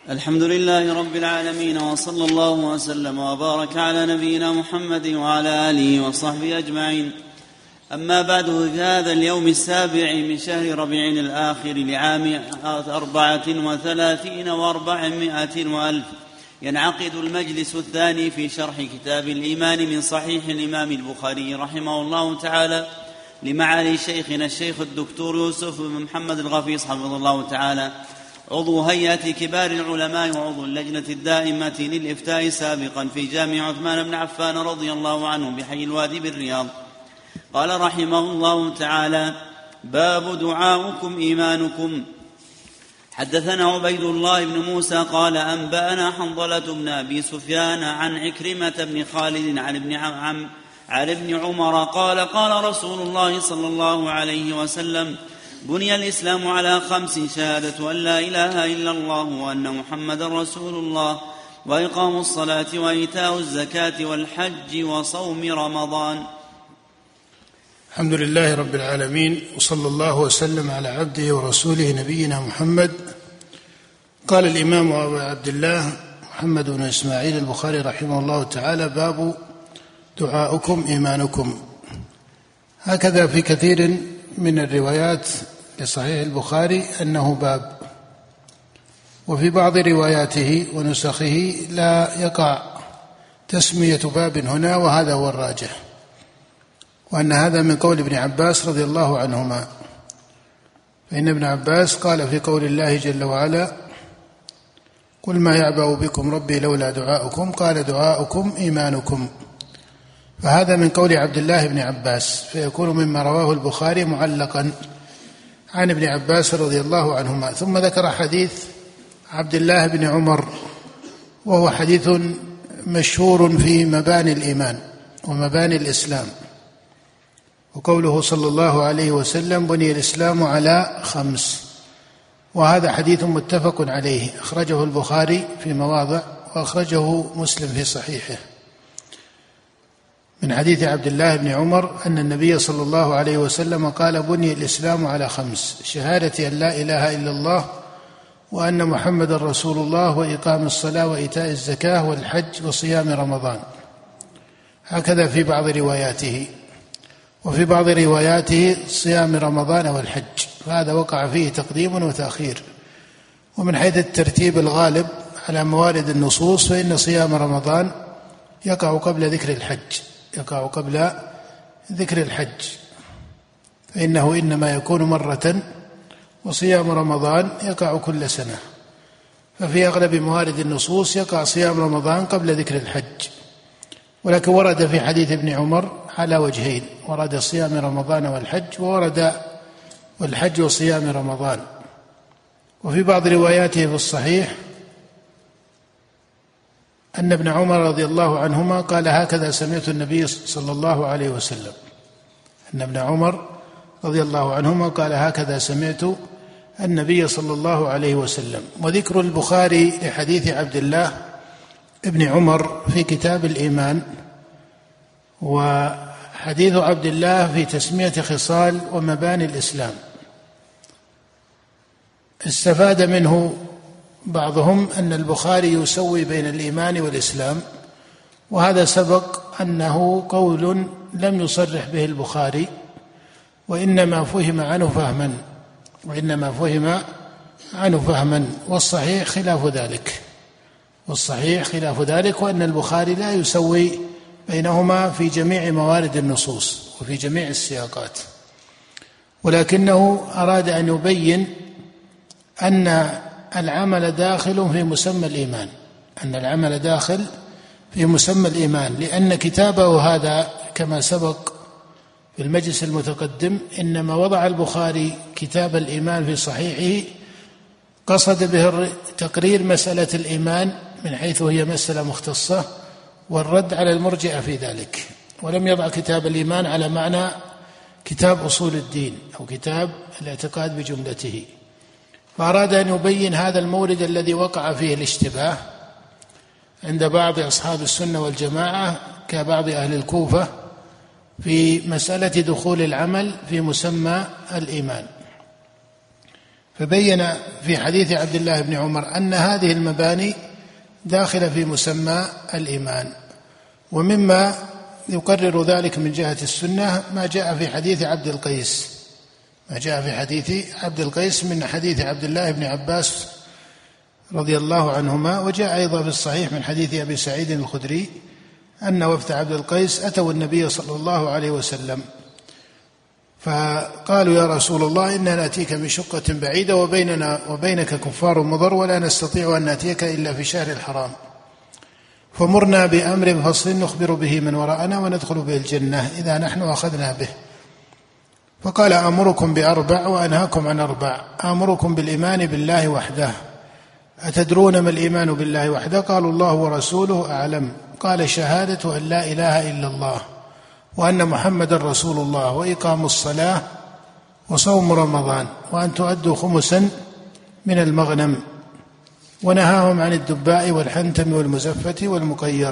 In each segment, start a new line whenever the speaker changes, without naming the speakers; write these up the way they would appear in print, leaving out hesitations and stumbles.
الحمد لله رب العالمين، وصلى الله وسلم وبارك على نبينا محمد وعلى آله وصحبه أجمعين. أما بعد، في هذا اليوم 7 من شهر ربيع الآخر لعام 34 و400 وألف ينعقد المجلس الثاني في شرح كتاب الإيمان من صحيح الإمام البخاري رحمه الله تعالى لمعالي شيخنا الشيخ الدكتور يوسف بن محمد الغفيص حفظه الله تعالى، عضو هيئة كبار العلماء وعضو اللجنة الدائمة للإفتاء سابقا في جامع عثمان بن عفان رضي الله عنه بحي الوادي بالرياض. قال رحمه الله تعالى: باب دعاؤكم إيمانكم. حدثنا عبيد الله بن موسى قال أنبأنا حنظلة بن أبي سفيان عن عكرمة بن خالد عن ابن عمر قال قال رسول الله صلى الله عليه وسلم: بني الإسلام على 5: شهادة أن لا إله إلا الله وأن محمد رسول الله، وإقام الصلاة وإيتاء الزكاة والحج وصوم رمضان.
الحمد لله رب العالمين، وصلى الله وسلم على عبده ورسوله نبينا محمد. قال الإمام أبو عبد الله محمد بن إسماعيل البخاري رحمه الله تعالى: باب دعاؤكم إيمانكم. هكذا في كثير من الروايات لصحيح البخاري أنه باب، وفي بعض رواياته ونسخه لا يقع تسمية باب هنا، وهذا هو الراجح، وأن هذا من قول ابن عباس رضي الله عنهما، فإن ابن عباس قال في قول الله جل وعلا: قل ما يعبأ بكم ربي لولا دعاؤكم، قال: دعاؤكم إيمانكم. فهذا من قول عبد الله بن عباس، فيكون مما رواه البخاري معلقا عن ابن عباس رضي الله عنهما. ثم ذكر حديث عبد الله بن عمر، وهو حديث مشهور في مباني الإيمان ومباني الإسلام، وقوله صلى الله عليه وسلم: بني الإسلام على 5، وهذا حديث متفق عليه، أخرجه البخاري في مواضع وأخرجه مسلم في صحيحه، من حديث عبد الله بن عمر أن النبي صلى الله عليه وسلم قال: بني الإسلام على 5: شهادة أن لا إله إلا الله وأن محمد رسول الله، وإقام الصلاة وإيتاء الزكاة والحج وصيام رمضان. هكذا في بعض رواياته، وفي بعض رواياته صيام رمضان والحج، فهذا وقع فيه تقديم وتأخير. ومن حيث الترتيب الغالب على موارد النصوص، فإن صيام رمضان يقع قبل ذكر الحج، فإنه إنما يكون مرة، وصيام رمضان يقع كل سنة. ففي أغلب موارد النصوص يقع صيام رمضان قبل ذكر الحج، ولكن ورد في حديث ابن عمر على وجهين: ورد صيام رمضان والحج، وورد والحج وصيام رمضان. وفي بعض رواياته في الصحيح أن ابن عمر رضي الله عنهما قال: هكذا سمعت النبي صلى الله عليه وسلم. أن ابن عمر رضي الله عنهما قال: هكذا سمعت النبي صلى الله عليه وسلم. وذكر البخاري لحديث عبد الله ابن عمر في كتاب الإيمان، وحديث عبد الله في تسمية خصال ومباني الإسلام، استفاد منه بعضهم أن البخاري يسوي بين الإيمان والإسلام، وهذا سبق أنه قول لم يصرح به البخاري، وإنما فهم عنه فهما، والصحيح خلاف ذلك، وأن البخاري لا يسوي بينهما في جميع موارد النصوص وفي جميع السياقات، ولكنه أراد أن يبين أن العمل داخل في مسمى الإيمان، لأن كتابه هذا كما سبق في المجلس المتقدم إنما وضع البخاري كتاب الإيمان في صحيحه قصد به تقرير مسألة الإيمان من حيث هي مسألة مختصة، والرد على المرجئة في ذلك، ولم يضع كتاب الإيمان على معنى كتاب أصول الدين أو كتاب الاعتقاد بجملته. فأراد أن يبين هذا المورد الذي وقع فيه الاشتباه عند بعض أصحاب السنة والجماعة كبعض أهل الكوفة في مسألة دخول العمل في مسمى الإيمان. فبين في حديث عبد الله بن عمر أن هذه المباني داخلة في مسمى الإيمان. ومما يقرر ذلك من جهة السنة ما جاء في حديث عبد القيس من حديث عبد الله بن عباس رضي الله عنهما، وجاء أيضا في الصحيح من حديث أبي سعيد الخدري أن وفد عبد القيس أتوا النبي صلى الله عليه وسلم فقالوا: يا رسول الله، إنا نأتيك من شقة بعيدة وبيننا وبينك كفار مضر ولا نستطيع أن نأتيك إلا في شهر الحرام، فمرنا بأمر فصل نخبر به من وراءنا وندخل به الجنة إذا نحن أخذنا به. فقال: آمركم بأربع وأنهاكم عن أربع. آمركم بالإيمان بالله وحده. أتدرون ما الإيمان بالله وحده؟ قالوا: الله ورسوله أعلم. قال: شهادة أن لا إله إلا الله وأن محمد رسول الله وإقام الصلاة وصوم رمضان وأن تؤدوا خمسا من المغنم. ونهاهم عن الدباء والحنتم والمزفة والمقير.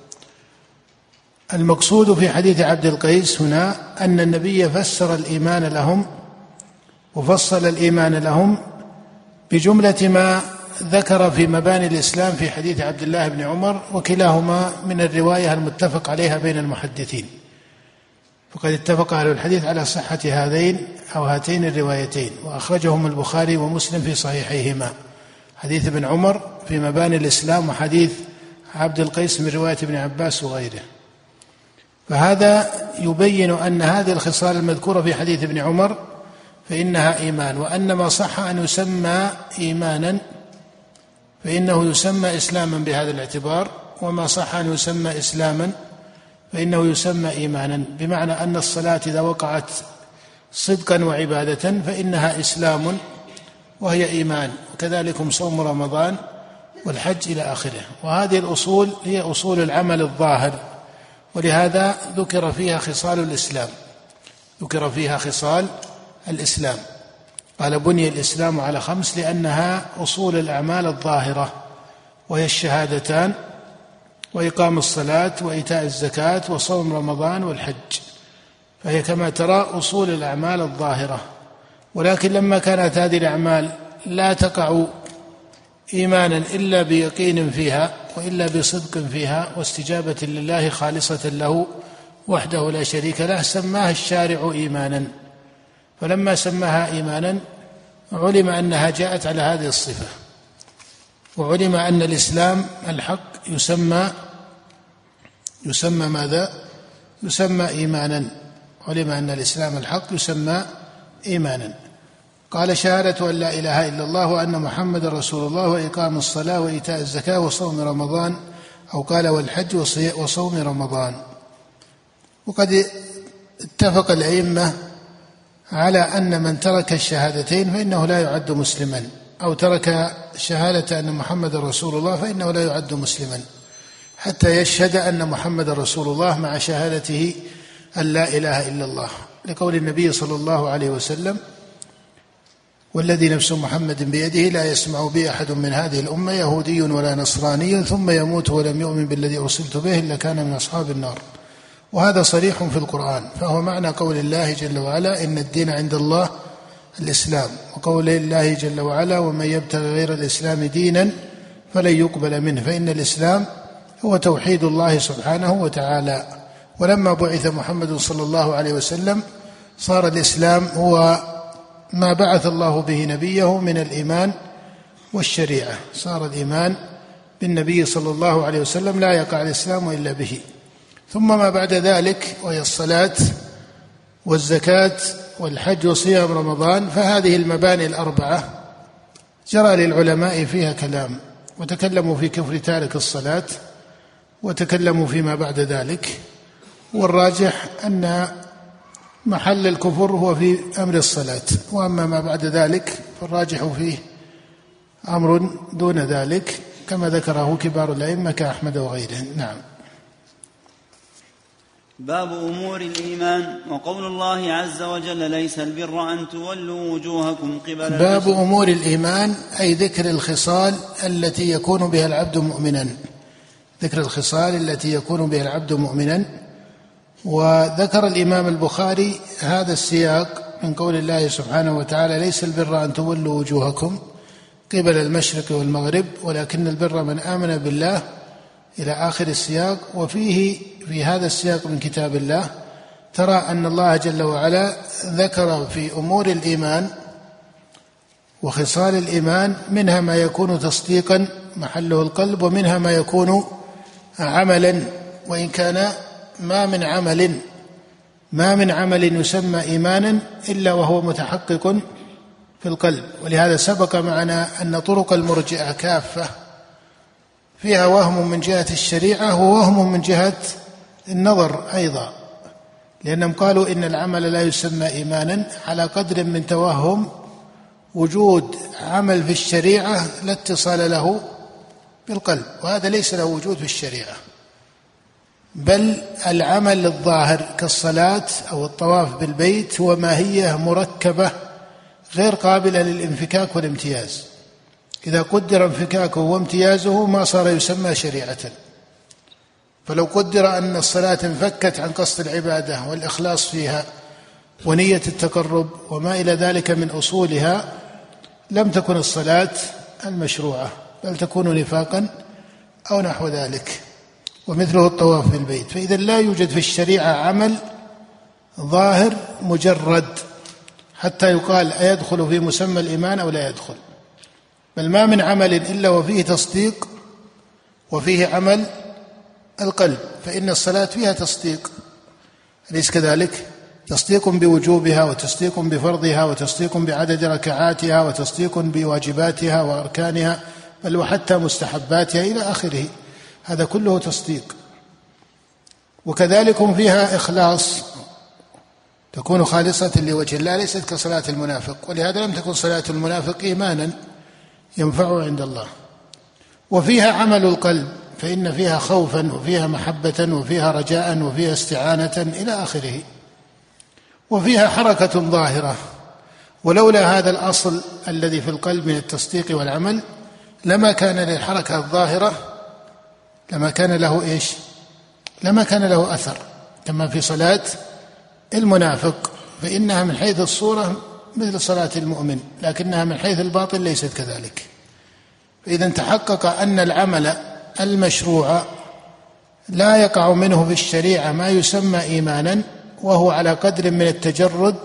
المقصود في حديث عبد القيس هنا أن النبي فسر الإيمان لهم وفصل الإيمان لهم بجملة ما ذكر في مباني الإسلام في حديث عبد الله بن عمر، وكلاهما من الرواية المتفق عليها بين المحدثين، فقد اتفق أهل الحديث على صحة هاتين الروايتين، وأخرجهم البخاري ومسلم في صحيحيهما، حديث ابن عمر في مباني الإسلام وحديث عبد القيس من رواية ابن عباس وغيره. فهذا يبين أن هذه الخصال المذكورة في حديث ابن عمر فإنها إيمان، وأن ما صح أن يسمى إيمانا فإنه يسمى إسلاما بهذا الاعتبار، وما صح أن يسمى إسلاما فإنه يسمى إيمانا، بمعنى أن الصلاة إذا وقعت صدقا وعبادة فإنها إسلام وهي إيمان، وكذلك صوم رمضان والحج إلى آخره. وهذه الأصول هي أصول العمل الظاهر، ولهذا ذكر فيها خصال الإسلام. قال: بني الإسلام على 5، لأنها أصول الأعمال الظاهرة، وهي الشهادتان وإقام الصلاة وإيتاء الزكاة وصوم رمضان والحج، فهي كما ترى أصول الأعمال الظاهرة. ولكن لما كانت هذه الأعمال لا تقع إيمانا إلا بيقين فيها وإلا بصدق فيها واستجابة لله خالصة له وحده لا شريك له، سماها الشارع إيمانا. فلما سماها إيمانا علم أنها جاءت على هذه الصفة، وعلم أن الإسلام الحق يسمى ماذا؟ يسمى إيمانا. علم أن الإسلام الحق يسمى إيمانا. قال: شهادة أن لا إله إلا الله وأن محمد رسول الله وإقام الصلاة وإيتاء الزكاة وصوم رمضان، أو قال: والحج وصوم رمضان. وقد اتفق الأئمة على أن من ترك الشهادتين فإنه لا يعد مسلما، أو ترك شهادة أن محمد رسول الله فإنه لا يعد مسلما حتى يشهد أن محمد رسول الله مع شهادته أن لا إله إلا الله، لقول النبي صلى الله عليه وسلم: والذي نفس محمد بيده لا يسمع بي أحد من هذه الأمة يهودي ولا نصراني ثم يموت ولم يؤمن بالذي أرسلت به إلا كان من أصحاب النار. وهذا صريح في القرآن، فهو معنى قول الله جل وعلا: إن الدين عند الله الإسلام، وقول الله جل وعلا: ومن يبتغي غير الإسلام دينا فلن يقبل منه، فإن الإسلام هو توحيد الله سبحانه وتعالى. ولما بعث محمد صلى الله عليه وسلم صار الإسلام هو ما بعث الله به نبيه من الإيمان والشريعة، صار الإيمان بالنبي صلى الله عليه وسلم لا يقع الإسلام إلا به. ثم ما بعد ذلك وهي الصلاة والزكاة والحج وصيام رمضان، فهذه المباني الأربعة جرى للعلماء فيها كلام، وتكلموا في كفر تارك الصلاة، وتكلموا فيما بعد ذلك، والراجح أن محل الكفر هو في أمر الصلاة، وأما ما بعد ذلك فالراجح فيه أمر دون ذلك كما ذكره كبار الأئمة كأحمد وغيره. نعم.
باب أمور الإيمان. وقول الله عز وجل: ليس البر أن تولوا وجوهكم قبل
باب أمور الإيمان، أي ذكر الخصال التي يكون بها العبد مؤمنا، ذكر الخصال التي يكون بها العبد مؤمنا. وذكر الإمام البخاري هذا السياق من قول الله سبحانه وتعالى: ليس البر أن تولوا وجوهكم قبل المشرق والمغرب ولكن البر من آمن بالله إلى آخر السياق. وفيه في هذا السياق من كتاب الله ترى أن الله جل وعلا ذكر في أمور الإيمان وخصال الإيمان منها ما يكون تصديقا محله القلب، ومنها ما يكون عملا، وإن كان ما من عمل يسمى إيمانا إلا وهو متحقق في القلب. ولهذا سبق معنا أن طرق المرجئة كافة فيها وهم من جهة الشريعة ووهم من جهة النظر أيضا، لأنهم قالوا إن العمل لا يسمى إيمانا على قدر من توهم وجود عمل في الشريعة لا اتصال له بالقلب، وهذا ليس له وجود في الشريعة، بل العمل الظاهر كالصلاة أو الطواف بالبيت هو ماهية مركبة غير قابلة للانفكاك والامتياز. إذا قدر انفكاكه وامتيازه ما صار يسمى شريعة. فلو قدر أن الصلاة انفكت عن قصد العبادة والإخلاص فيها ونية التقرب وما إلى ذلك من أصولها لم تكن الصلاة المشروعة، بل تكون نفاقا أو نحو ذلك، ومثله الطواف بالبيت. فإذا لا يوجد في الشريعة عمل ظاهر مجرد حتى يقال أيدخل في مسمى الإيمان أو لا يدخل، بل ما من عمل إلا وفيه تصديق وفيه عمل القلب. فإن الصلاة فيها تصديق، أليس كذلك؟ تصديق بوجوبها وتصديق بفرضها وتصديق بعدد ركعاتها وتصديق بواجباتها وأركانها بل وحتى مستحباتها إلى آخره، هذا كله تصديق. وكذلك فيها إخلاص، تكون خالصة لوجه الله، ليست كصلاة المنافق، ولهذا لم تكن صلاة المنافق إيمانا ينفعه عند الله. وفيها عمل القلب، فإن فيها خوفا وفيها محبة وفيها رجاء وفيها استعانة إلى آخره. وفيها حركة ظاهرة، ولولا هذا الأصل الذي في القلب من التصديق والعمل لما كان للحركة الظاهرة لما كان له أثر، كما في صلاة المنافق، فإنها من حيث الصورة مثل صلاة المؤمن، لكنها من حيث الباطن ليست كذلك. فإذا تحقق أن العمل المشروع لا يقع منه في الشريعة ما يسمى إيمانا، وهو على قدر من التجرد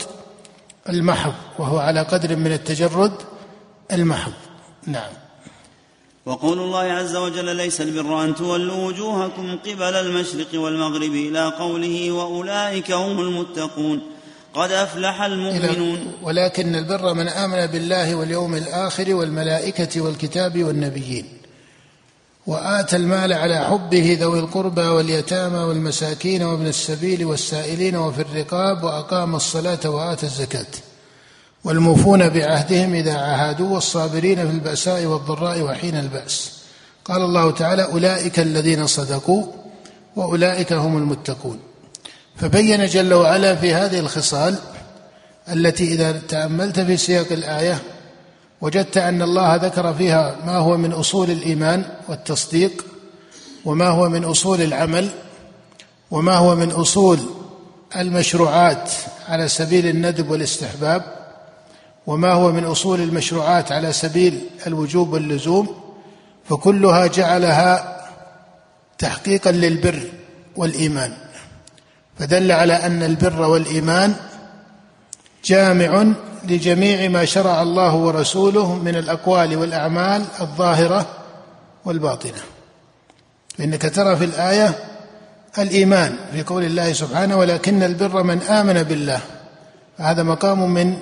المحض، نعم.
وقول الله عز وجل: ليس البر أن تولوا وجوهكم قبل المشرق والمغرب، إلى قوله: وأولئك هم المتقون قد أفلح المؤمنون.
ولكن البر من آمن بالله واليوم الآخر والملائكة والكتاب والنبيين وآتى المال على حبه ذوي القربى واليتامى والمساكين وابن السبيل والسائلين وفي الرقاب وأقام الصلاة وآتى الزكاة والموفون بعهدهم إذا عاهدوا والصابرين في البأساء والضراء وحين البأس. قال الله تعالى: أولئك الذين صدقوا وأولئك هم المتقون. فبين جل وعلا في هذه الخصال التي إذا تأملت في سياق الآية وجدت أن الله ذكر فيها ما هو من أصول الإيمان والتصديق، وما هو من أصول العمل، وما هو من أصول المشروعات على سبيل الندب والاستحباب، وما هو من أصول المشروعات على سبيل الوجوب واللزوم، فكلها جعلها تحقيقا للبر والإيمان، فدل على أن البر والإيمان جامع لجميع ما شرع الله ورسوله من الأقوال والأعمال الظاهرة والباطنة. فإنك ترى في الآية الإيمان في قول الله سبحانه: ولكن البر من آمن بالله، هذا مقام من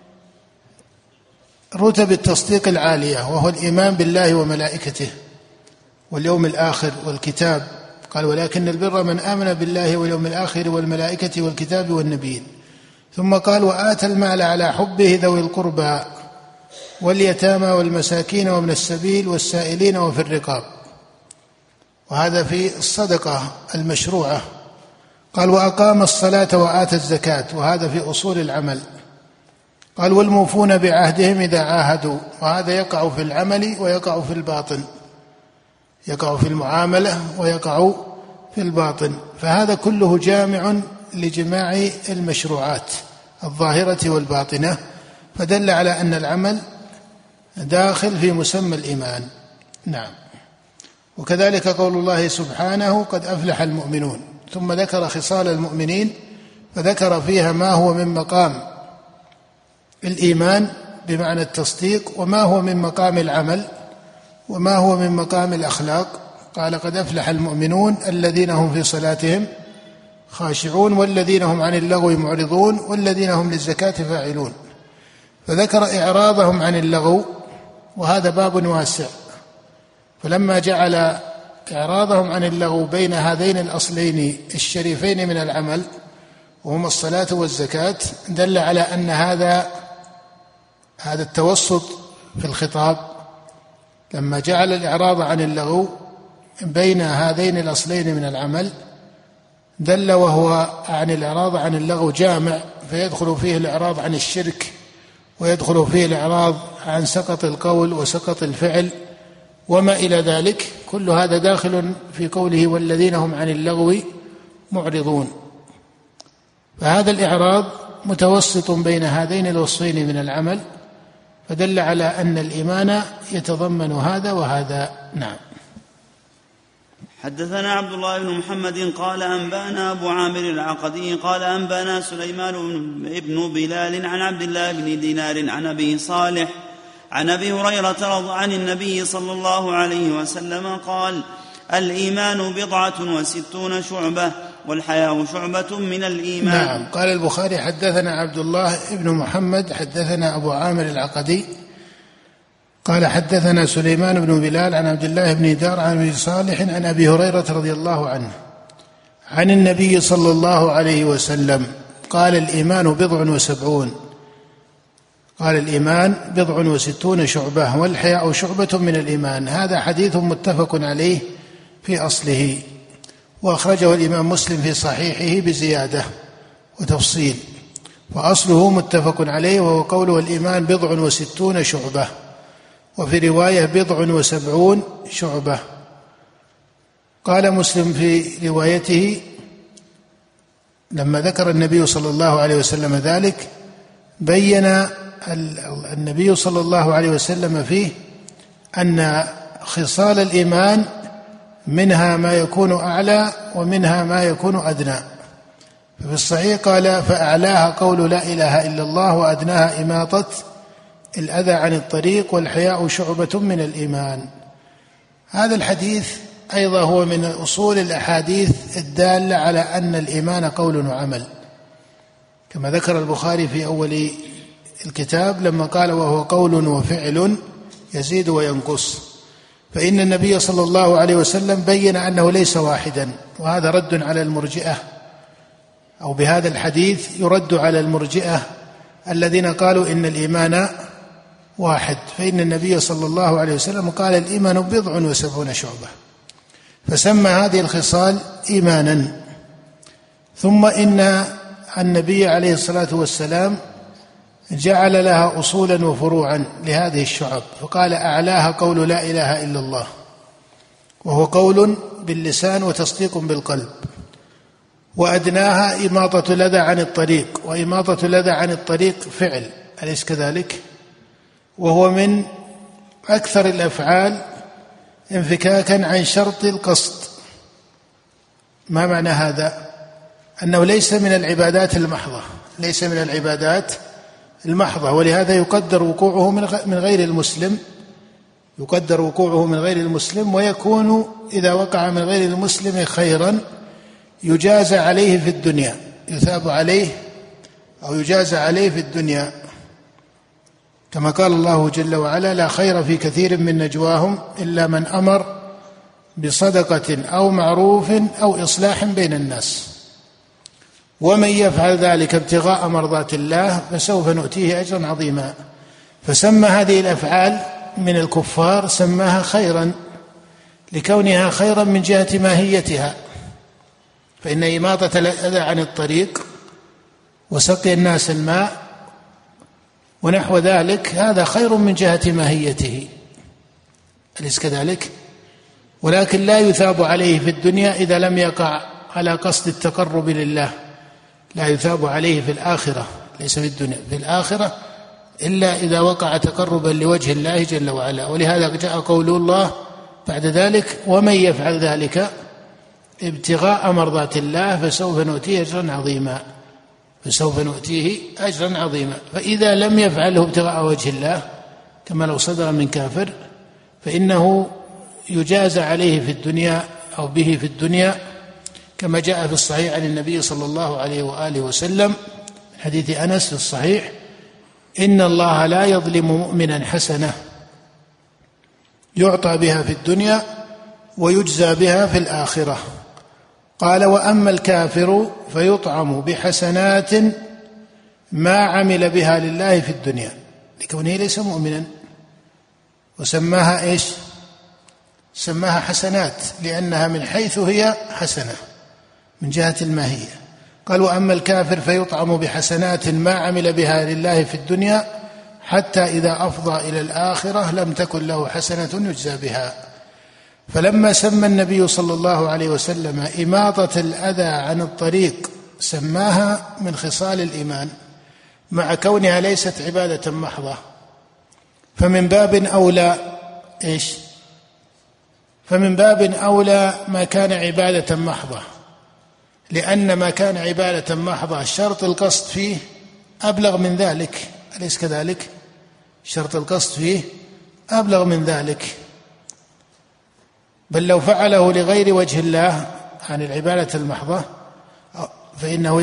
رتب التصديق العالية، وهو الإيمان بالله وملائكته واليوم الآخر والكتاب. قال: ولكن البر من آمن بالله واليوم الآخر والملائكة والكتاب والنبيين. ثم قال: وآتى المال على حبه ذوي القربى واليتامى والمساكين وابن السبيل والسائلين وفي الرقاب، وهذا في الصدقة المشروعة. قال: وأقام الصلاة وآتى الزكاة، وهذا في أصول العمل. قال: والموفون بعهدهم إذا عاهدوا، وهذا يقع في العمل ويقع في الباطن، يقع في المعاملة ويقع في الباطن، فهذا كله جامع لجماع المشروعات الظاهرة والباطنة، فدل على أن العمل داخل في مسمى الإيمان. نعم. وكذلك قول الله سبحانه: قد أفلح المؤمنون، ثم ذكر خصال المؤمنين فذكر فيها ما هو من مقام الإيمان بمعنى التصديق، وما هو من مقام العمل، وما هو من مقام الأخلاق. قال: قد أفلح المؤمنون الذين هم في صلاتهم خاشعون والذين هم عن اللغو معرضون والذين هم للزكاة فاعلون. فذكر إعراضهم عن اللغو، وهذا باب واسع، فلما جعل إعراضهم عن اللغو بين هذين الأصلين الشريفين من العمل وهما الصلاة والزكاة، دل على أن هذا التوسط في الخطاب، لما جعل الإعراض عن اللغو بين هذين الأصلين من العمل دل، وهو عن الإعراض عن اللغو جامع، فيدخل فيه الإعراض عن الشرك، ويدخل فيه الإعراض عن سقط القول وسقط الفعل وما إلى ذلك، كل هذا داخل في قوله: والذين هم عن اللغو معرضون. فهذا الإعراض متوسط بين هذين الوصفين من العمل، فدل على أن الإيمان يتضمن هذا وهذا. نعم.
حدثنا عبد الله بن محمد قال أنبانا أبو عامر العقدي قال أنبانا سليمان بن بلال عن عبد الله بن دينار عن أبي صالح عن أبي هريرة عن النبي صلى الله عليه وسلم قال: الإيمان 67 شعبة والحياء شعبة من الإيمان.
نعم. قال البخاري: حدثنا عبد الله بن محمد حدثنا أبو عامر العقدي قال حدثنا سليمان بن بلال عن عبد الله بن دار عن أبي صالح عن أبي هريرة رضي الله عنه عن النبي صلى الله عليه وسلم قال: الإيمان 70. قال: الإيمان 60 شعبة والحياء شعبة من الإيمان. هذا حديث متفق عليه في أصله، وأخرجه الإمام مسلم في صحيحه بزيادة وتفصيل، وأصله متفق عليه، وهو قوله: الإيمان 60 شعبة، وفي رواية 70 شعبة. قال مسلم في روايته لما ذكر النبي صلى الله عليه وسلم ذلك، بين النبي صلى الله عليه وسلم فيه أن خصال الإيمان منها ما يكون أعلى ومنها ما يكون أدنى. ففي الصحيح قال: فأعلاها قول لا إله إلا الله وأدناها إماطة الأذى عن الطريق والحياء شعبة من الإيمان. هذا الحديث أيضا هو من أصول الأحاديث الدالة على أن الإيمان قول وعمل، كما ذكر البخاري في أول الكتاب لما قال: وهو قول وفعل يزيد وينقص. فإن النبي صلى الله عليه وسلم بين أنه ليس واحدا، وهذا رد على المرجئة، أو بهذا الحديث يرد على المرجئة الذين قالوا إن الإيمان واحد. فإن النبي صلى الله عليه وسلم قال: الإيمان 70 شعبة، فسمى هذه الخصال إيمانا. ثم إن النبي عليه الصلاة والسلام جعل لها أصولا وفروعا لهذه الشعب، فقال: أعلاها قول لا إله إلا الله، وهو قول باللسان وتصديق بالقلب، وأدناها إماطة الأذى عن الطريق، وإماطة الأذى عن الطريق فعل، أليس كذلك؟ وهو من أكثر الأفعال انفكاكا عن شرط القصد. ما معنى هذا؟ أنه ليس من العبادات المحضة، ليس من العبادات المحضة، ولهذا يقدر وقوعه من غير المسلم، يقدر وقوعه من غير المسلم، ويكون إذا وقع من غير المسلم خيرا يجازى عليه في الدنيا، يثاب عليه أو يجازى عليه في الدنيا، كما قال الله جل وعلا: لا خير في كثير من نجواهم إلا من أمر بصدقة أو معروف أو إصلاح بين الناس، ومن يفعل ذلك ابتغاء مرضات الله فسوف نؤتيه أجرا عظيما. فسمى هذه الأفعال من الكفار سماها خيرا لكونها خيرا من جهة ماهيتها، فإن إماطة الأذى عن الطريق وسقي الناس الماء ونحو ذلك هذا خير من جهة ماهيته، أليس كذلك؟ ولكن لا يثاب عليه في الدنيا إذا لم يقع على قصد التقرب لله، لا يثاب عليه في الآخرة ليس في الدنيا، في الآخرة، إلا إذا وقع تقربا لوجه الله جل وعلا. ولهذا جاء قول الله بعد ذلك: ومن يفعل ذلك ابتغاء مرضات الله فسوف نؤتيه أجرا عظيما. فسوف نؤتيه أجرا عظيما. فإذا لم يفعله ابتغاء وجه الله كما لو صدر من كافر فإنه يجازى عليه في الدنيا أو به في الدنيا، كما جاء في الصحيح عن النبي صلى الله عليه وآله وسلم من حديث أنس في الصحيح: إن الله لا يظلم مؤمنا حسنة يعطى بها في الدنيا ويجزى بها في الآخرة. قال: وأما الكافر فيطعم بحسنات ما عمل بها لله في الدنيا، لكونه ليس مؤمنا، وسماها إيش؟ سماها حسنات لأنها من حيث هي حسنة من جهة الماهية. قال: وأما الكافر فيطعم بحسنات ما عمل بها لله في الدنيا حتى إذا أفضى إلى الآخرة لم تكن له حسنة يجزى بها. فلما سمى النبي صلى الله عليه وسلم إماطة الأذى عن الطريق سماها من خصال الإيمان، مع كونها ليست عبادة محضة، فمن باب أولى إيش؟ فمن باب أولى ما كان عبادة محضة، لأن ما كان عبادة محضة شرط القصد فيه أبلغ من ذلك، أليس كذلك؟ شرط القصد فيه أبلغ من ذلك. بل لو فعله لغير وجه الله عن العبادة المحضة فإنه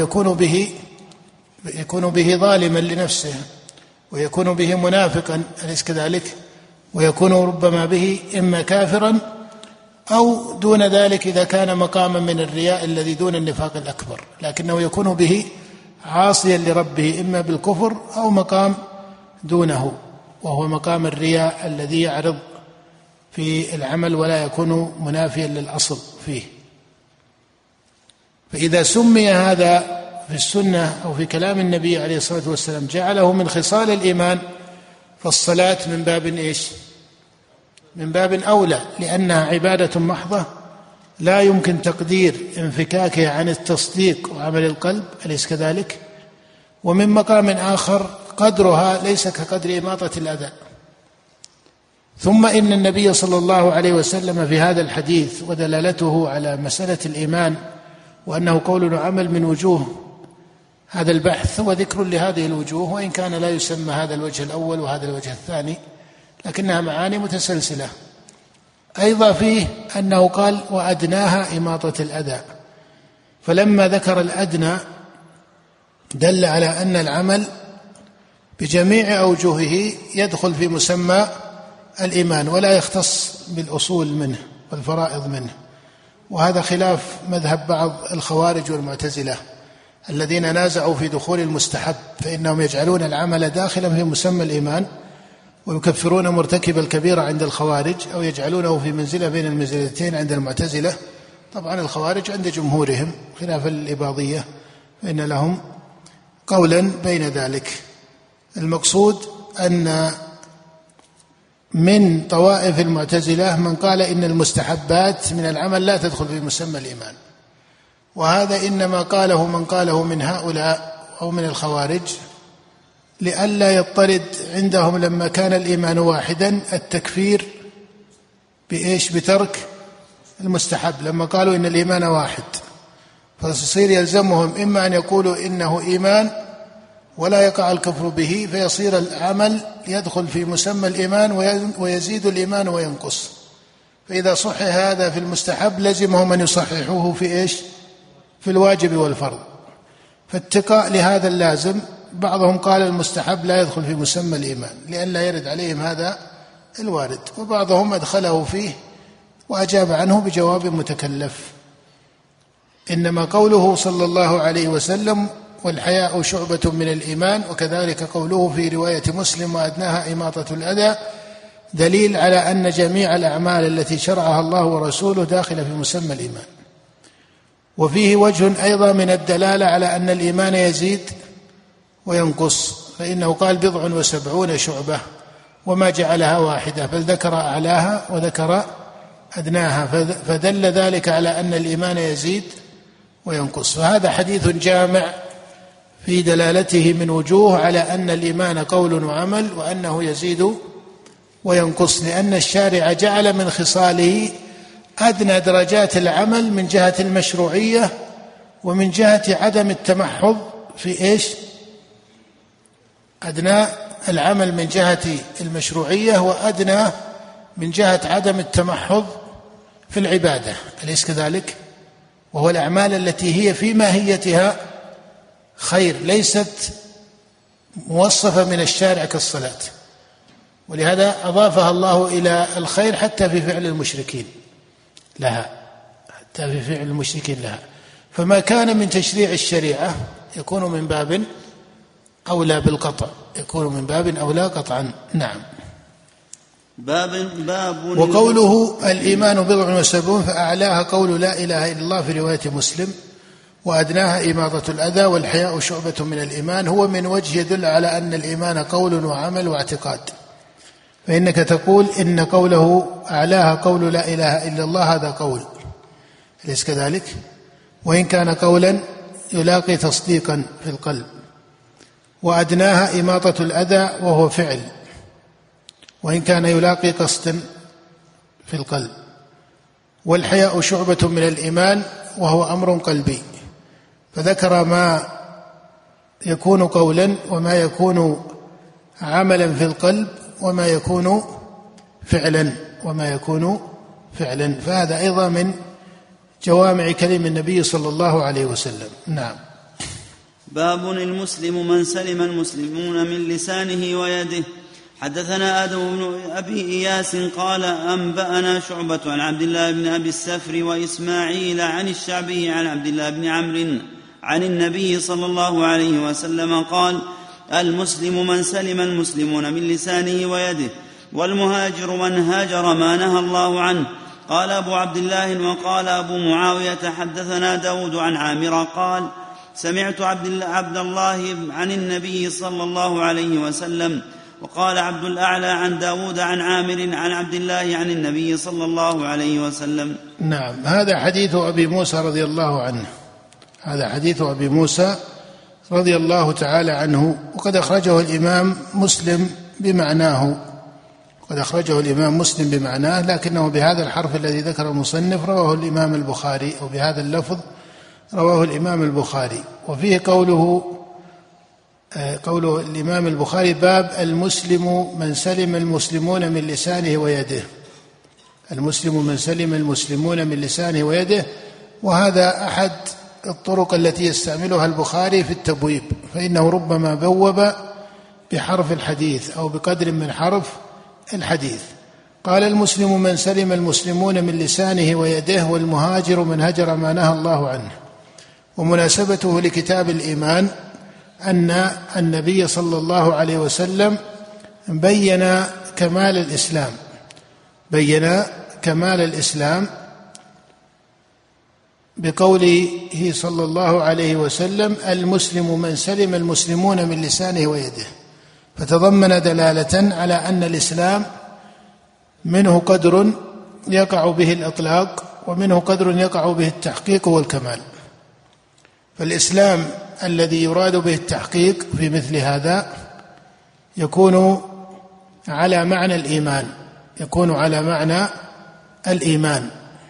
يكون به ظالما لنفسه، ويكون به منافقا، أليس كذلك؟ ويكون ربما به إما كافرا أو دون ذلك إذا كان مقاما من الرياء الذي دون النفاق الأكبر، لكنه يكون به عاصيا لربه إما بالكفر أو مقام دونه، وهو مقام الرياء الذي يعرض في العمل ولا يكون منافيا للأصل فيه. فإذا سمي هذا في السنة أو في كلام النبي عليه الصلاة والسلام جعله من خصال الإيمان، فالصلاة من باب إيش؟ من باب أولى، لأنها عبادة محضة لا يمكن تقدير انفكاكها عن التصديق وعمل القلب، أليس كذلك؟ ومن مقام آخر قدرها ليس كقدر إماطة الأذى. ثم إن النبي صلى الله عليه وسلم في هذا الحديث ودلالته على مسألة الإيمان وأنه قول وعمل من وجوه هذا البحث وذكر لهذه الوجوه، وإن كان لا يسمى هذا الوجه الأول وهذا الوجه الثاني، لكنها معاني متسلسلة. أيضا فيه أنه قال: وأدناها إماطة الأذى، فلما ذكر الأدنى دل على أن العمل بجميع أوجهه يدخل في مسمى الإيمان ولا يختص بالأصول منه والفرائض منه. وهذا خلاف مذهب بعض الخوارج والمعتزلة الذين نازعوا في دخول المستحب، فإنهم يجعلون العمل داخلا في مسمى الإيمان ويكفرون مرتكب الكبيرة عند الخوارج، أو يجعلونه في منزلة بين المنزلتين عند المعتزلة. طبعا الخوارج عند جمهورهم خلاف الإباضية، فإن لهم قولا بين ذلك. المقصود أن من طوائف المعتزلة من قال إن المستحبات من العمل لا تدخل في مسمى الإيمان، وهذا إنما قاله من قاله من هؤلاء أو من الخوارج لئلا يضطرد عندهم لما كان الإيمان واحدا التكفير بإيش؟ بترك المستحب، لما قالوا إن الإيمان واحد، فيصير يلزمهم إما أن يقولوا إنه إيمان ولا يقع الكفر به، فيصير العمل يدخل في مسمى الإيمان ويزيد الإيمان وينقص. فإذا صح هذا في المستحب لزمهم أن يصححوه في إيش؟ في الواجب والفرض. فاتقاء لهذا اللازم بعضهم قال المستحب لا يدخل في مسمى الإيمان لئلا يرد عليهم هذا الوارد، وبعضهم أدخله فيه وأجاب عنه بجواب متكلف. إنما قوله صلى الله عليه وسلم: والحياء شعبة من الإيمان، وكذلك قوله في رواية مسلم: وأدناها إماطة الأذى، دليل على أن جميع الأعمال التي شرعها الله ورسوله داخلة في مسمى الإيمان. وفيه وجه أيضا من الدلالة على أن الإيمان يزيد وينقص، فإنه قال 70 شعبة وما جعلها واحدة، بل ذكر أعلاها وذكر أدناها، فدل ذلك على أن الإيمان يزيد وينقص. فهذا حديث جامع في دلالته من وجوه على أن الإيمان قول وعمل وأنه يزيد وينقص، لأن الشارع جعل من خصاله أدنى درجات العمل من جهة المشروعية ومن جهة عدم التمحض في إيش؟ أدنى العمل من جهة المشروعية وأدنى من جهة عدم التمحض في العبادة، أليس كذلك؟ وهو الأعمال التي هي في ماهيتها خير، ليست موصفة من الشارع كالصلاة، ولهذا أضافها الله إلى الخير حتى في فعل المشركين لها، فما كان من تشريع الشريعة يكون من باب أولى بالقطع، قطعا. نعم. وقوله الإيمان 74 فأعلاها قول لا إله إلا الله في رواية مسلم، وأدناها إماطة الأذى، والحياء شعبة من الإيمان، هو من وجه يدل على أن الإيمان قول وعمل واعتقاد، فإنك تقول إن قوله أعلاها قول لا إله إلا الله هذا قول، أليس كذلك؟ وإن كان قولا يلاقي تصديقا في القلب، وأدناها إماطة الأذى وهو فعل، وإن كان يلاقي قصدا في القلب، والحياء شعبة من الإيمان وهو أمر قلبي، فذكر ما يكون قولا وما يكون عملا في القلب وما يكون فعلا، فهذا أيضا من جوامع كلم النبي صلى الله عليه وسلم. نعم.
باب المسلم من سلم المسلمون من لسانه ويده. حدثنا آدم بن أبي إياس قال أنبأنا شعبة عن عبد الله بن أبي السفر وإسماعيل عن الشعبي عن عبد الله بن عمرو عن النبي صلى الله عليه وسلم قال: المسلم من سلم المسلمون من لسانه ويده، والمهاجر من هاجر ما نهى الله عنه. قال أبو عبد الله. وقال أبو معاوية حدثنا داود عن عامر قال: سمعت عبد الله عن النبي صلى الله عليه وسلم. وقال عبد الأعلى عن داود عن عامر عن عبد الله عن النبي صلى الله عليه وسلم.
نعم. هذا حديث أبي موسى رضي الله عنه، رضي الله تعالى عنه، وقد أخرجه الإمام مسلم بمعناه، لكنه بهذا الحرف الذي ذكر المصنف رواه الإمام البخاري، أو بهذا اللفظ رواه الإمام البخاري. وفيه قوله الإمام البخاري: باب المسلم من سلم المسلمون من لسانه ويده. المسلم من سلم المسلمون من لسانه ويده، وهذا أحد الطرق التي يستعملها البخاري في التبويب، فإنه ربما بوب بحرف الحديث أو بقدر من حرف الحديث. قال: المسلم من سلم المسلمون من لسانه ويده، والمهاجر من هجر ما نهى الله عنه. ومناسبته لكتاب الإيمان أن النبي صلى الله عليه وسلم بين كمال الإسلام بقوله صلى الله عليه وسلم: المسلم من سلم المسلمون من لسانه ويده، فتضمن دلالة على أن الإسلام منه قدر يقع به الإطلاق، ومنه قدر يقع به التحقيق والكمال. فالإسلام الذي يراد به التحقيق في مثل هذا يكون على معنى الإيمان،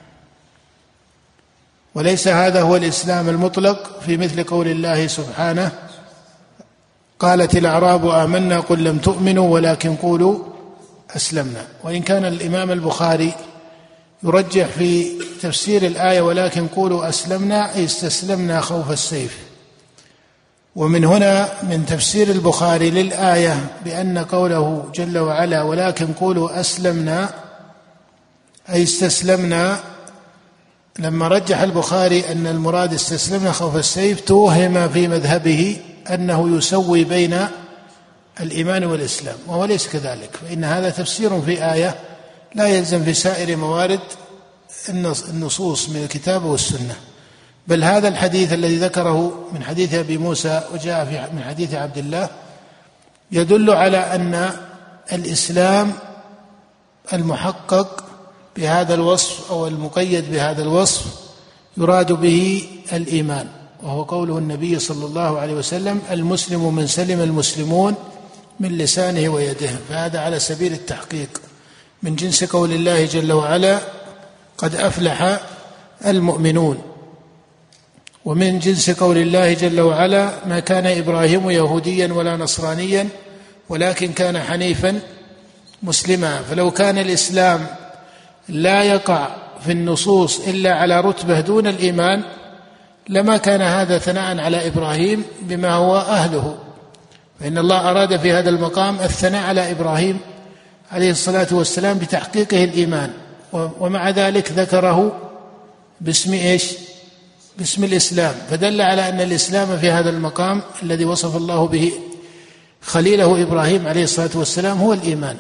وليس هذا هو الإسلام المطلق في مثل قول الله سبحانه: قالت الأعراب آمنا قل لم تؤمنوا ولكن قولوا أسلمنا. وإن كان الإمام البخاري يرجح في تفسير الآية ولكن قولوا أسلمنا أي استسلمنا خوف السيف. ومن هنا من تفسير البخاري للآية بأن قوله جل وعلا ولكن قولوا أسلمنا أي استسلمنا، لما رجح البخاري أن المراد استسلمنا خوف السيف توهم في مذهبه أنه يسوي بين الإيمان والإسلام، وهو ليس كذلك، فإن هذا تفسير في آية لا يلزم في سائر موارد النصوص من الكتاب والسنة. بل هذا الحديث الذي ذكره من حديث أبي موسى وجاء من حديث عبد الله يدل على أن الإسلام المحقق بهذا الوصف أو المقيد بهذا الوصف يراد به الإيمان، وهو قوله النبي صلى الله عليه وسلم: المسلم من سلم المسلمون من لسانه ويده، فهذا على سبيل التحقيق من جنس قول الله جل وعلا: قد أفلح المؤمنون. ومن جنس قول الله جل وعلا: ما كان إبراهيم يهوديا ولا نصرانيا ولكن كان حنيفا مسلما. فلو كان الإسلام لا يقع في النصوص إلا على رتبة دون الإيمان لما كان هذا ثناء على إبراهيم بما هو أهله، فإن الله أراد في هذا المقام الثناء على إبراهيم عليه الصلاة والسلام بتحقيقه الإيمان، ومع ذلك ذكره باسم إيش؟ باسم الإسلام، فدل على أن الإسلام في هذا المقام الذي وصف الله به خليله إبراهيم عليه الصلاة والسلام هو الإيمان،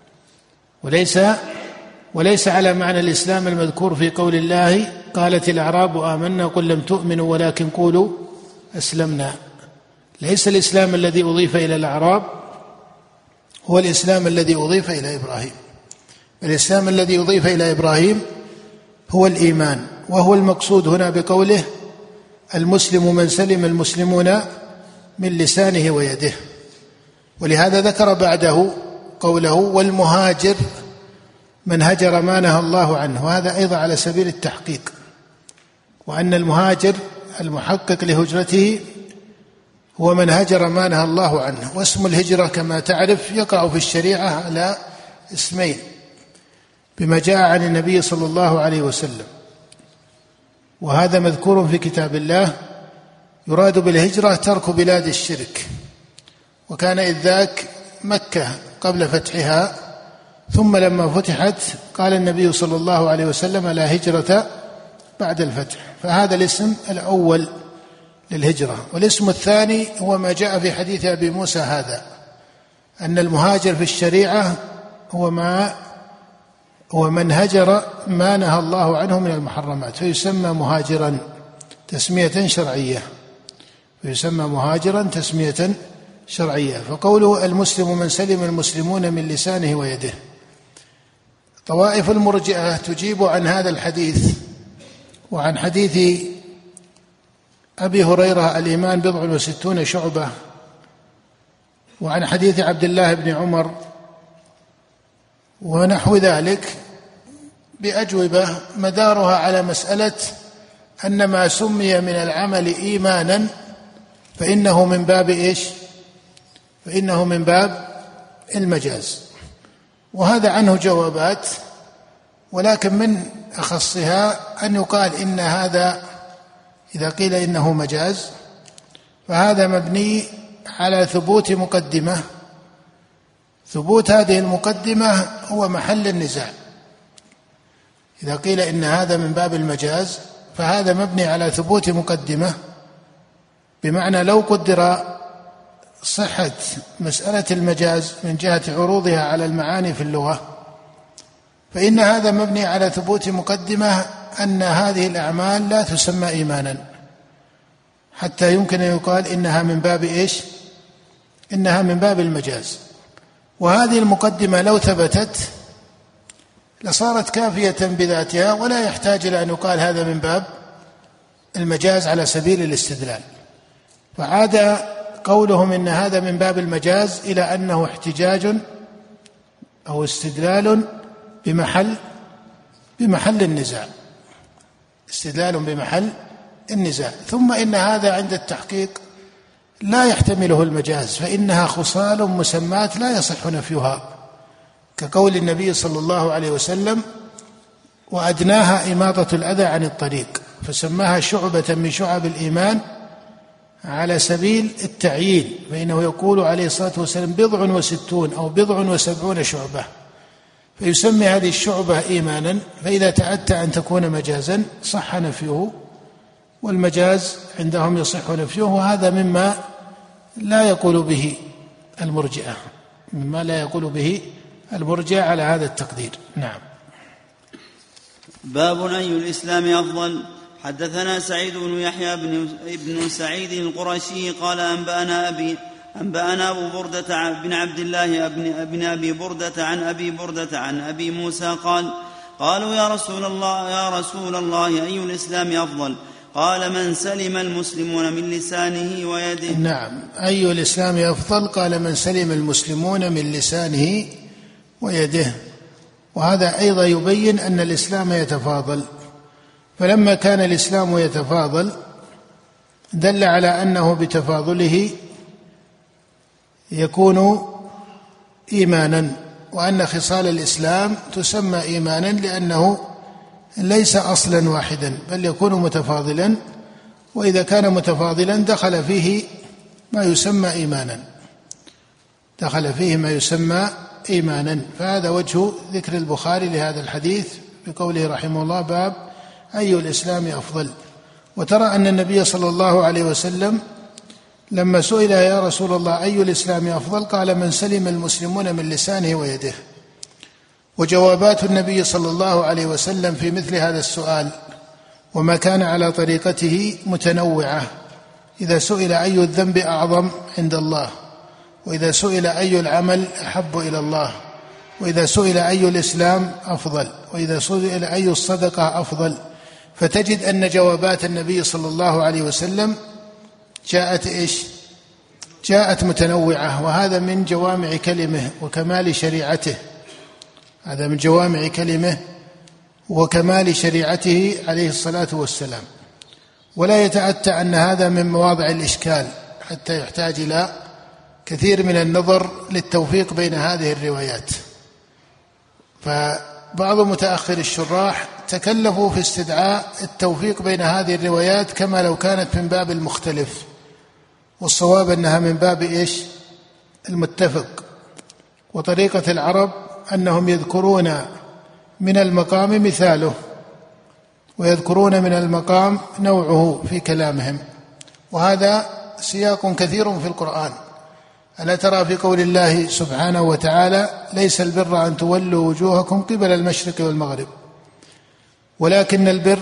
وليس على معنى الإسلام المذكور في قول الله: قالت الأعراب آمنا قل لم تؤمنوا ولكن قولوا أسلمنا. ليس الإسلام الذي أضيف إلى الأعراب هو الإسلام الذي أضيف إلى إبراهيم، الإسلام الذي أضيف إلى إبراهيم هو الإيمان، وهو المقصود هنا بقوله: المسلم من سلم المسلمون من لسانه ويده. ولهذا ذكر بعده قوله: والمهاجر من هجر ما نهى الله عنه، وهذا أيضا على سبيل التحقيق، وأن المهاجر المحقق لهجرته هو من هجر ما نهى الله عنه. واسم الهجرة كما تعرف يقع في الشريعة على اسمين بما جاء عن النبي صلى الله عليه وسلم، وهذا مذكور في كتاب الله. يراد بالهجرة ترك بلاد الشرك، وكان إذ ذاك مكة قبل فتحها، ثم لما فتحت قال النبي صلى الله عليه وسلم: لا هجرة بعد الفتح، فهذا الاسم الأول للهجرة. والاسم الثاني هو ما جاء في حديث أبي موسى هذا، أن المهاجر في الشريعة هو من هجر ما نهى الله عنه من المحرمات، فيسمى مهاجرا تسمية شرعية، فيسمى مهاجرا تسمية شرعية. فقوله: المسلم من سلم المسلمون من لسانه ويده. طوائف المرجئة تجيب عن هذا الحديث وعن حديث أبي هريرة: الإيمان 60 شعبة، وعن حديث عبد الله بن عمر ونحو ذلك، بأجوبة مدارها على مسألة أن ما سمي من العمل إيمانا فإنه من باب إيش؟ فإنه من باب المجاز. وهذا عنه جوابات، ولكن من أخصها أن يقال إن هذا إذا قيل إنه مجاز فهذا مبني على ثبوت مقدمة، ثبوت هذه المقدمة هو محل النزاع. إذا قيل إن هذا من باب المجاز فهذا مبني على ثبوت مقدمة، بمعنى لو قدر صحة مسألة المجاز من جهة عروضها على المعاني في اللغة فإن هذا مبني على ثبوت مقدمة أن هذه الأعمال لا تسمى إيمانا، حتى يمكن أن يقال إنها من باب إيش؟ إنها من باب المجاز. وهذه المقدمة لو ثبتت لصارت كافية بذاتها، ولا يحتاج إلى أن يقال هذا من باب المجاز على سبيل الاستدلال. فعاد قولهم إن هذا من باب المجاز إلى أنه احتجاج أو استدلال بمحل النزاع، استدلال بمحل النزاع. ثم إن هذا عند التحقيق لا يحتمله المجاز، فإنها خصال مسمات لا يصح نفيها، كقول النبي صلى الله عليه وسلم: وأدناها إماطة الأذى عن الطريق، فسماها شعبة من شعب الإيمان على سبيل التعيين، فإنه يقول عليه الصلاة والسلام 60 أو 70 شعبة، فيسمي هذه الشعبة إيمانا. فإذا تأتى أن تكون مجازا صح نفيه، والمجاز عندهم يصح نفيه، وهذا مما لا يقول به المرجئة، مما لا يقول به المرجئة على هذا التقدير. نعم.
باب أي الإسلام أفضل. حدثنا سعيد بن يحيى بن سعيد القرشي قال أنبأنا أبو بردة بن عبد الله بن أبي بردة عن أبي بردة عن أبي موسى قال: قالوا يا رسول الله أي الإسلام أفضل؟ قال من سلم المسلمون من لسانه ويده.
نعم. أي الإسلام أفضل؟ قال من سلم المسلمون من لسانه ويده. وهذا أيضا يبين أن الإسلام يتفاضل، فلما كان الإسلام يتفاضل دل على أنه بتفاضله يكون إيمانا، وأن خصال الإسلام تسمى إيمانا لأنه ليس أصلا واحدا بل يكون متفاضلا، وإذا كان متفاضلا دخل فيه ما يسمى إيمانا، دخل فيه ما يسمى إيمانا. فهذا وجه ذكر البخاري لهذا الحديث بقوله رحمه الله باب أي الإسلام أفضل. وترى أن النبي صلى الله عليه وسلم لما سئل يا رسول الله أي الإسلام أفضل قال من سلم المسلمون من لسانه ويده. وجوابات النبي صلى الله عليه وسلم في مثل هذا السؤال وما كان على طريقته متنوعة. إذا سئل أي الذنب أعظم عند الله، وإذا سئل أي العمل أحب إلى الله، وإذا سئل أي الإسلام أفضل، وإذا سئل أي الصدقة أفضل، فتجد أن جوابات النبي صلى الله عليه وسلم جاءت متنوعة. وهذا من جوامع كلمه وكمال شريعته، هذا من جوامع كلمه وكمال شريعته عليه الصلاة والسلام. ولا يتأتى أن هذا من مواضع الإشكال حتى يحتاج إلى كثير من النظر للتوفيق بين هذه الروايات. فبعض متأخر الشراح تكلفوا في استدعاء التوفيق بين هذه الروايات كما لو كانت من باب المختلف، والصواب أنها من باب المتفق. وطريقة العرب أنهم يذكرون من المقام مثاله ويذكرون من المقام نوعه في كلامهم، وهذا سياق كثير في القرآن. ألا ترى في قول الله سبحانه وتعالى ليس البر أن تولوا وجوهكم قبل المشرق والمغرب ولكن البر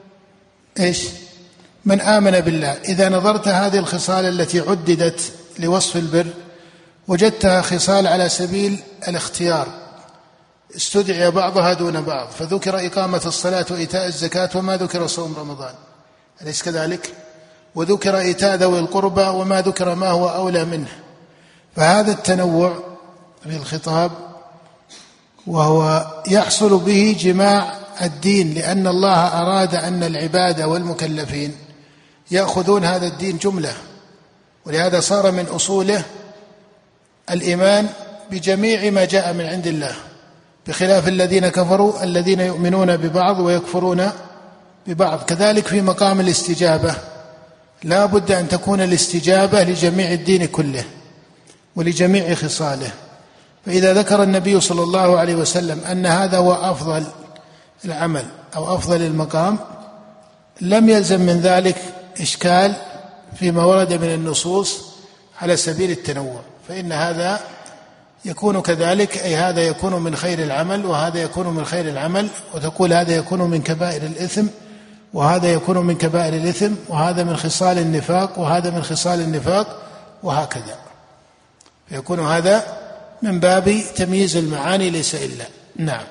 من آمن بالله. إذا نظرت هذه الخصال التي عددت لوصف البر وجدتها خصال على سبيل الاختيار، استدعي بعضها دون بعض، فذكر إقامة الصلاة وإيتاء الزكاة وما ذكر صوم رمضان، أليس كذلك؟ وذكر إيتاء ذوي القربى وما ذكر ما هو أولى منه. فهذا التنوع في الخطاب وهو يحصل به جماع الدين، لأن الله أراد أن العباد والمكلفين يأخذون هذا الدين جملة، ولهذا صار من أصوله الإيمان بجميع ما جاء من عند الله، بخلاف الذين كفروا الذين يؤمنون ببعض ويكفرون ببعض. كذلك في مقام الاستجابة لا بد أن تكون الاستجابة لجميع الدين كله ولجميع خصاله. فإذا ذكر النبي صلى الله عليه وسلم أن هذا هو أفضل العمل أو أفضل المقام لم يلزم من ذلك إشكال فيما ورد من النصوص على سبيل التنوع، فإن هذا يكون كذلك، أي هذا يكون من خير العمل وهذا يكون من خير العمل، وتقول هذا يكون من كبائر الإثم وهذا يكون من كبائر الإثم، وهذا من خصال النفاق وهذا من خصال النفاق، وهكذا. فيكون هذا من باب تمييز المعاني ليس إلا. نعم.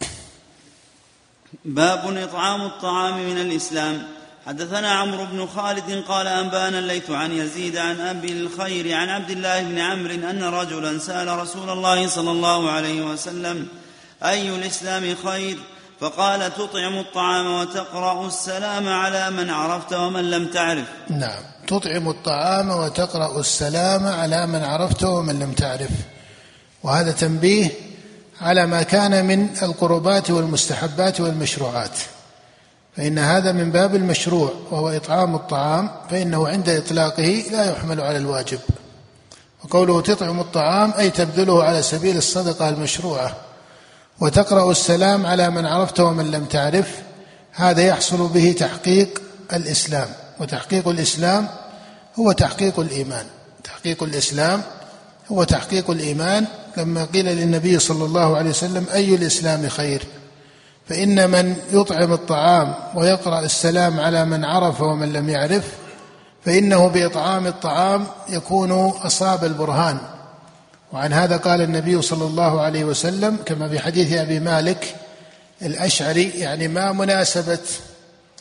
باب إطعام الطعام من الإسلام. حدثنا عمرو بن خالد قال أنبانا الليث عن يزيد عن أبي الخير عن عبد الله بن عمرو أن رجلا سأل رسول الله صلى الله عليه وسلم أي الإسلام خير؟ فقال تطعم الطعام وتقرأ السلام على من عرفت ومن لم تعرف.
نعم، تطعم الطعام وتقرأ السلام على من عرفت ومن لم تعرف. وهذا تنبيه على ما كان من القربات والمستحبات والمشروعات، فإن هذا من باب المشروع وهو إطعام الطعام، فإنه عند إطلاقه لا يحمل على الواجب. وقوله تطعم الطعام أي تبذله على سبيل الصدقة المشروعة. وتقرأ السلام على من عرفت ومن لم تعرف، هذا يحصل به تحقيق الإسلام، وتحقيق الإسلام هو تحقيق الإيمان. تحقيق الإسلام هو تحقيق الإيمان، لما قيل للنبي صلى الله عليه وسلم أي الإسلام خير؟ فإن من يطعم الطعام ويقرأ السلام على من عرف ومن لم يعرف فإنه بإطعام الطعام يكون أصاب البرهان. وعن هذا قال النبي صلى الله عليه وسلم كما في حديث أبي مالك الأشعري، يعني ما مناسبة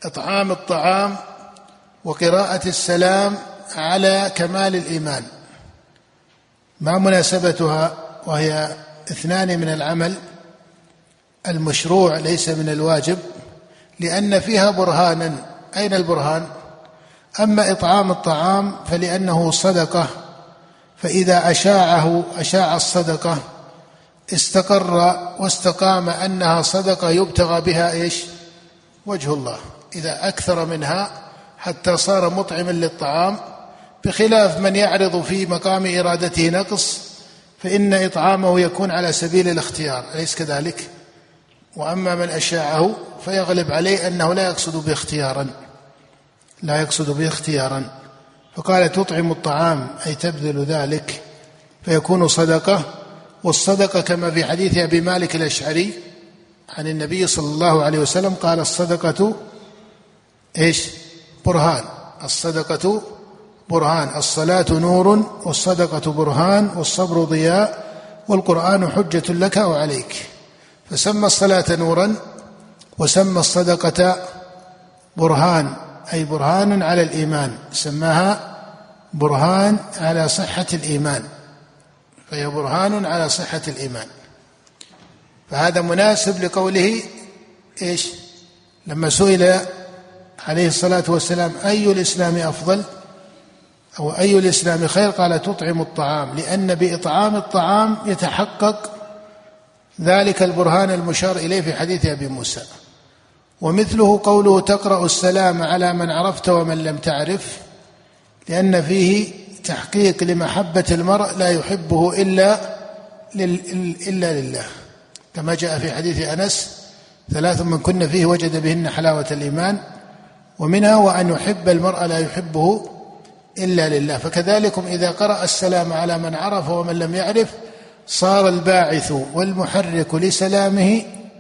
إطعام الطعام وقراءة السلام على كمال الإيمان، ما مناسبتها وهي اثنان من العمل المشروع ليس من الواجب، لأن فيها برهانا. أين البرهان؟ أما إطعام الطعام فلأنه صدقة، فإذا أشاع الصدقة استقر واستقام أنها صدقة يبتغى بها وجه الله. إذا أكثر منها حتى صار مطعما للطعام، بخلاف من يعرض في مقام إرادته نقص فإن إطعامه يكون على سبيل الاختيار، أليس كذلك؟ وأما من أشاعه فيغلب عليه أنه لا يقصد به اختيارا، فقال تطعم الطعام أي تبذل ذلك فيكون صدقة. والصدقة كما في حديث أبي مالك الأشعري عن النبي صلى الله عليه وسلم قال الصدقة برهان، الصدقة برهان، الصلاة نور والصدقة برهان والصبر ضياء والقرآن حجة لك أو عليك. فسمى الصلاة نورا وسمى الصدقة برهان، أي برهان على الإيمان، سماها برهان على صحة الإيمان، فهي برهان على صحة الإيمان. فهذا مناسب لقوله لما سئل عليه الصلاة والسلام أي الإسلام أفضل أو أي الإسلام خير قال تطعم الطعام، لأن بإطعام الطعام يتحقق ذلك البرهان المشار إليه في حديث أبي موسى. ومثله قوله تقرأ السلام على من عرفت ومن لم تعرف، لأن فيه تحقيق لمحبة المرء لا يحبه إلا لله، كما جاء في حديث أنس 3 من كن فيه وجد بهن حلاوة الإيمان، ومنها وأن يحب المرء لا يحبه إلا لله. فكذلكم إذا قرأ السلام على من عرف ومن لم يعرف صار الباعث والمحرك لسلامه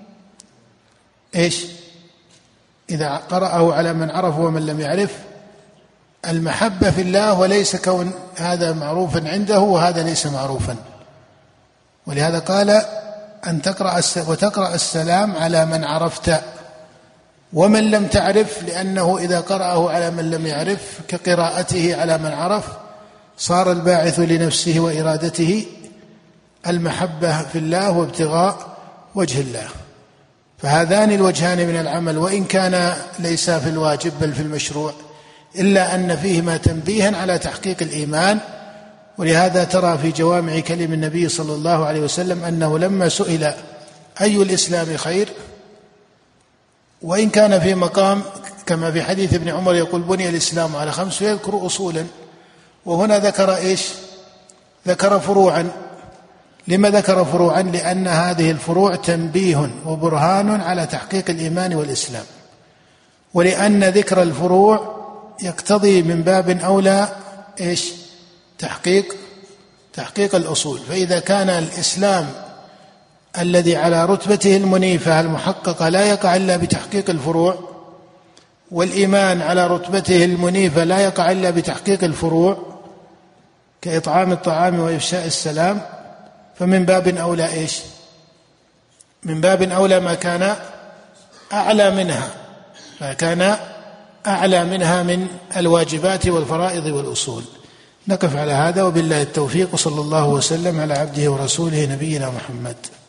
إذا قرأه على من عرف ومن لم يعرف المحبة في الله، وليس كون هذا معروفا عنده وهذا ليس معروفا. ولهذا قال أن وتقرأ السلام على من عرفت ومن لم تعرف، لأنه إذا قرأه على من لم يعرف كقراءته على من عرف صار الباعث لنفسه وإرادته المحبة في الله وابتغاء وجه الله. فهذان الوجهان من العمل وإن كان ليس في الواجب بل في المشروع، إلا أن فيهما تنبيها على تحقيق الإيمان. ولهذا ترى في جوامع كلم النبي صلى الله عليه وسلم أنه لما سئل أي الإسلام خير، وإن كان في مقام كما في حديث ابن عمر يقول بني الإسلام على 5 ويذكر أصولا، وهنا ذكر ذكر فروعا. لما ذكر فروعا؟ لأن هذه الفروع تنبيه وبرهان على تحقيق الإيمان والإسلام، ولأن ذكر الفروع يقتضي من باب أولى تحقيق الأصول. فإذا كان الإسلام الذي على رتبته المنيفة المحققة لا يقع إلا بتحقيق الفروع، والإيمان على رتبته المنيفة لا يقع إلا بتحقيق الفروع كإطعام الطعام وإفشاء السلام، فمن باب أولى من باب أولى ما كان أعلى منها من الواجبات والفرائض والأصول. نقف على هذا، وبالله التوفيق، صلى الله وسلم على عبده ورسوله نبينا محمد.